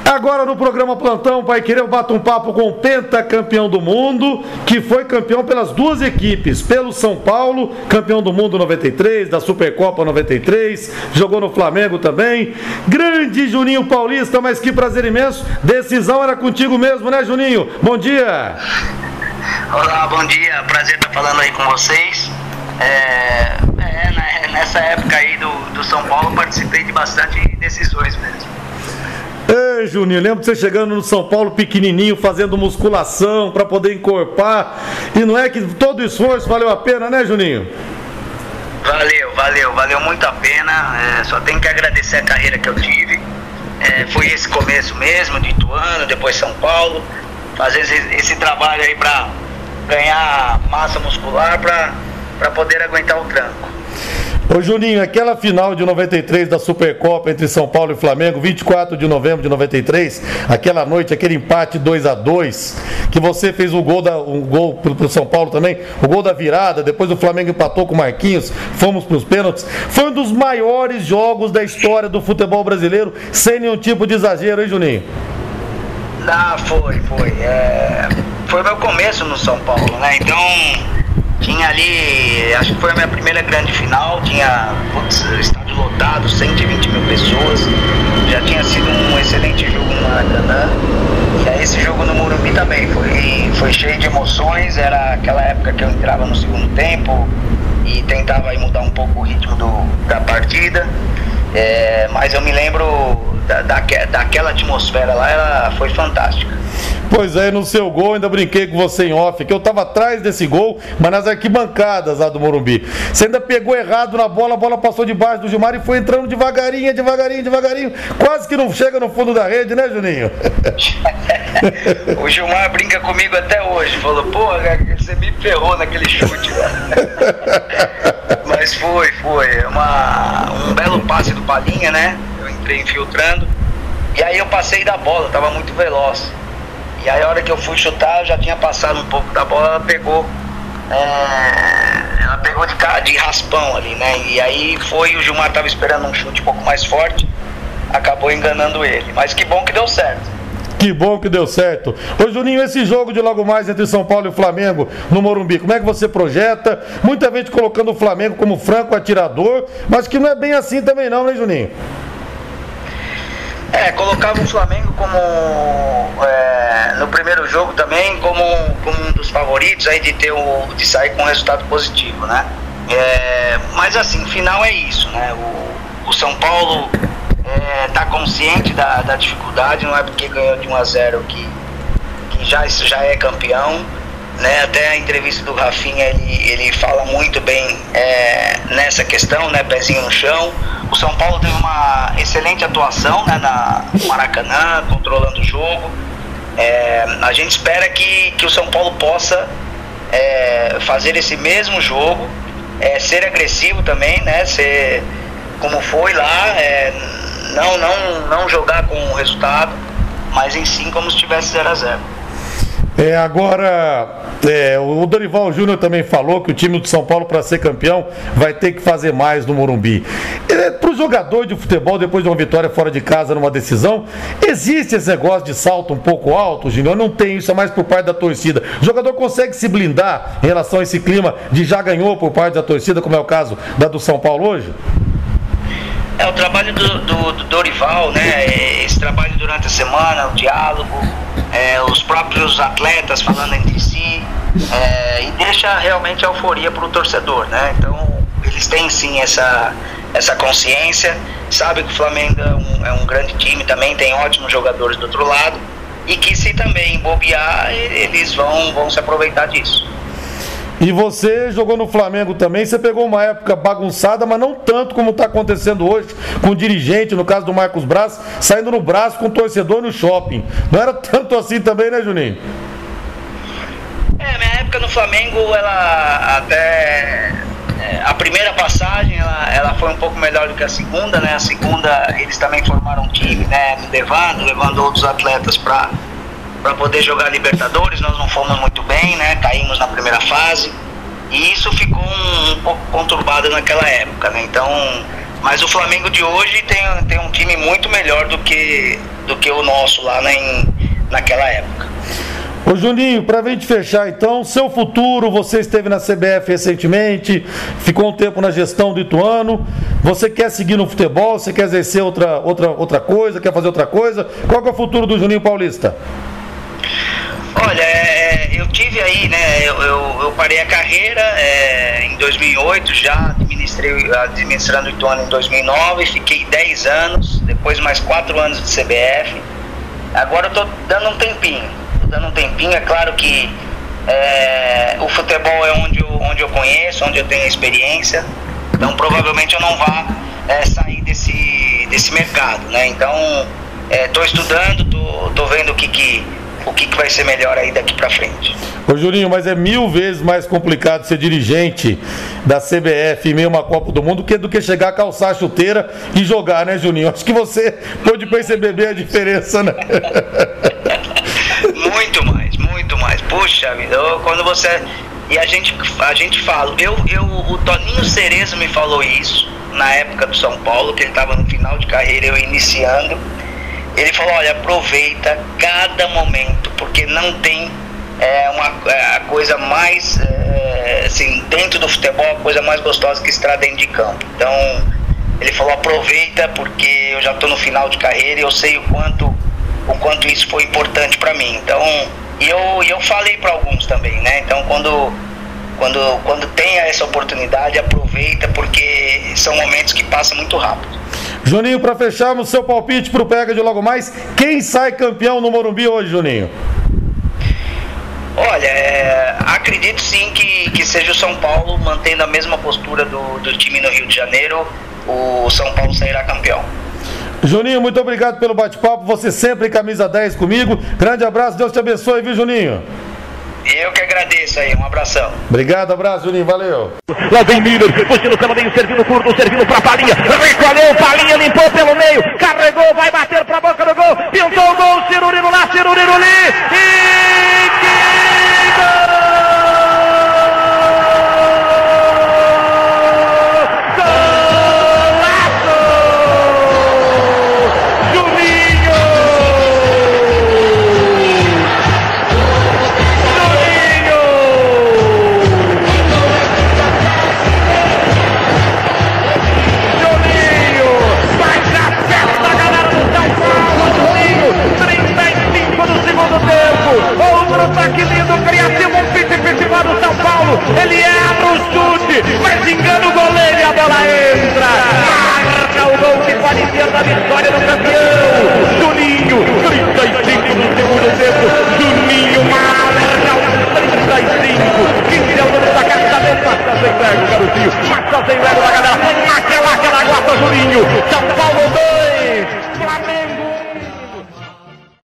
Agora no programa Plantão Paiquerê eu bato um papo com o pentacampeão do mundo, que foi campeão pelas duas equipes, pelo São Paulo, campeão do mundo 93, da Supercopa 93, jogou no Flamengo também. Grande Juninho Paulista, mas que prazer imenso. Decisão era contigo mesmo, né, Juninho? Bom dia. Olá, bom dia. Prazer estar falando aí com vocês. Nessa época aí do São Paulo, participei de bastante decisões mesmo. Ei, Juninho, lembro de você chegando no São Paulo pequenininho, fazendo musculação para poder encorpar. E não é que todo o esforço valeu a pena, né, Juninho? Valeu muito a pena. Só tenho que agradecer a carreira que eu tive. Foi esse começo mesmo, de Ituano, depois São Paulo. Fazer esse trabalho aí para ganhar massa muscular, para poder aguentar o tranco. Ô Juninho, aquela final de 93 da Supercopa entre São Paulo e Flamengo, 24 de novembro de 93, aquela noite, aquele empate 2-2, que você fez um gol pro São Paulo também, o gol da virada, depois o Flamengo empatou com o Marquinhos, fomos pros pênaltis, foi um dos maiores jogos da história do futebol brasileiro, sem nenhum tipo de exagero, hein, Juninho? Foi. Foi meu começo no São Paulo, né? Então, tinha ali, acho que foi a minha primeira grande final, tinha estádio lotado, 120 mil pessoas, já tinha sido um excelente jogo no Maracanã, e aí esse jogo no Morumbi também foi cheio de emoções. Era aquela época que eu entrava no segundo tempo e tentava aí mudar um pouco o ritmo da partida, mas eu me lembro daquela atmosfera lá, ela foi fantástica. Pois é, no seu gol, ainda brinquei com você em off, que eu estava atrás desse gol, mas nas arquibancadas lá do Morumbi. Você ainda pegou errado na bola, a bola passou debaixo do Gilmar e foi entrando devagarinho, quase que não chega no fundo da rede, né, Juninho? O Gilmar brinca comigo até hoje, falou, pô, você me ferrou naquele chute lá. Mas foi um belo passe do Palinha, né? Eu entrei infiltrando, e aí eu passei da bola, tava muito veloz. E aí a hora que eu fui chutar, eu já tinha passado um pouco da bola, ela pegou de raspão ali, né? E aí o Gilmar estava esperando um chute um pouco mais forte, acabou enganando ele. Mas que bom que deu certo. Que bom que deu certo. Ô Juninho, esse jogo de logo mais entre São Paulo e Flamengo no Morumbi, como é que você projeta? Muita gente colocando o Flamengo como franco atirador, mas que não é bem assim também não, né, Juninho? Colocava o Flamengo como no primeiro jogo também como um dos favoritos aí de sair com um resultado positivo, né? Mas assim, final é isso, né? O São Paulo tá consciente da dificuldade, não é porque ganhou de 1-0 que já é campeão, né? Até a entrevista do Rafinha ele fala muito bem nessa questão, né? Pezinho no chão. O São Paulo teve uma excelente atuação, né, no Maracanã, controlando o jogo. A gente espera que o São Paulo possa fazer esse mesmo jogo, ser agressivo também, né, ser como foi lá, não jogar com o resultado, mas em si como se estivesse 0-0. Agora, o Dorival Júnior também falou que o time do São Paulo, para ser campeão, vai ter que fazer mais no Morumbi. Para o jogador de futebol, depois de uma vitória fora de casa numa decisão, existe esse negócio de salto um pouco alto, Júnior? Não tem isso, é mais por parte da torcida. O jogador consegue se blindar em relação a esse clima de já ganhou por parte da torcida, como é o caso da do São Paulo hoje? O trabalho do Dorival, né? Esse trabalho durante a semana, o diálogo, os próprios atletas falando entre si, e deixa realmente a euforia para o torcedor, né? Então eles têm sim essa consciência, sabe que o Flamengo é um grande time também, tem ótimos jogadores do outro lado, e que se também bobear, eles vão se aproveitar disso. E você jogou no Flamengo também, você pegou uma época bagunçada, mas não tanto como está acontecendo hoje, com o dirigente, no caso do Marcos Braz, saindo no braço com o torcedor no shopping. Não era tanto assim também, né, Juninho? Minha época no Flamengo, ela até... a primeira passagem, ela foi um pouco melhor do que a segunda, né? A segunda, eles também formaram um time, né? Levando outros atletas para poder jogar Libertadores. Nós não fomos muito bem, né? Caímos na primeira fase e isso ficou um pouco conturbado naquela época, né? Então, mas o Flamengo de hoje tem um time muito melhor do que do que o nosso lá naquela época. Ô Juninho, pra gente fechar então, seu futuro, você esteve na CBF recentemente, ficou um tempo na gestão do Ituano, você quer seguir no futebol, você quer exercer outra coisa, quer fazer outra coisa? Qual que é o futuro do Juninho Paulista? Olha, eu tive aí, né, eu parei a carreira em 2008, já administrando o Ituano em 2009, fiquei 10 anos, depois mais 4 anos de CBF, agora eu tô dando um tempinho, é claro que o futebol é onde eu conheço, onde eu tenho experiência, então provavelmente eu não vá sair desse mercado, né, então tô estudando, tô vendo o que vai ser melhor aí daqui pra frente. Ô Juninho, mas é 1000 vezes mais complicado ser dirigente da CBF em meio a uma Copa do Mundo do que chegar a calçar a chuteira e jogar, né, Juninho? Acho que você pode perceber bem a diferença, né? Muito mais. Puxa vida, quando você... E a gente fala, o Toninho Cerezo me falou isso na época do São Paulo, que ele estava no final de carreira, eu iniciando. Ele falou, olha, aproveita cada momento, porque não tem a coisa mais, assim, dentro do futebol, a coisa mais gostosa que estar dentro de campo. Então, ele falou, aproveita, porque eu já estou no final de carreira e eu sei o quanto isso foi importante para mim. Então, e eu falei para alguns também, né? Então, quando tem essa oportunidade, aproveita, porque são momentos que passam muito rápido. Juninho, para fecharmos, seu palpite para o Pega de logo mais, quem sai campeão no Morumbi hoje, Juninho? Olha, acredito sim que seja o São Paulo, mantendo a mesma postura do time no Rio de Janeiro, o São Paulo sairá campeão. Juninho, muito obrigado pelo bate-papo, você sempre camisa 10 comigo, grande abraço, Deus te abençoe, viu, Juninho? Eu que agradeço aí, um abração. Obrigado, abraço, Juninho, valeu. Lá vem Miller, puxando pelo meio, servindo curto, servindo pra Palinha, recolheu, Palinha limpou pelo meio, carregou, vai bater pra boca do gol, pintou o gol, Cirurino lá, Cirurino ali, e que gol! Que lindo, criativo, um pit principal do São Paulo, ele erra o chute, mas engana o goleiro e a bola entra, marca o gol que pode ser da vitória do campeão, Juninho, 35 no segundo tempo, Juninho marca o 35, que é o nome da casa dele, passa sem vergo, garotinho, passa sem vergo da galera, naquela guarda, Juninho, São Paulo.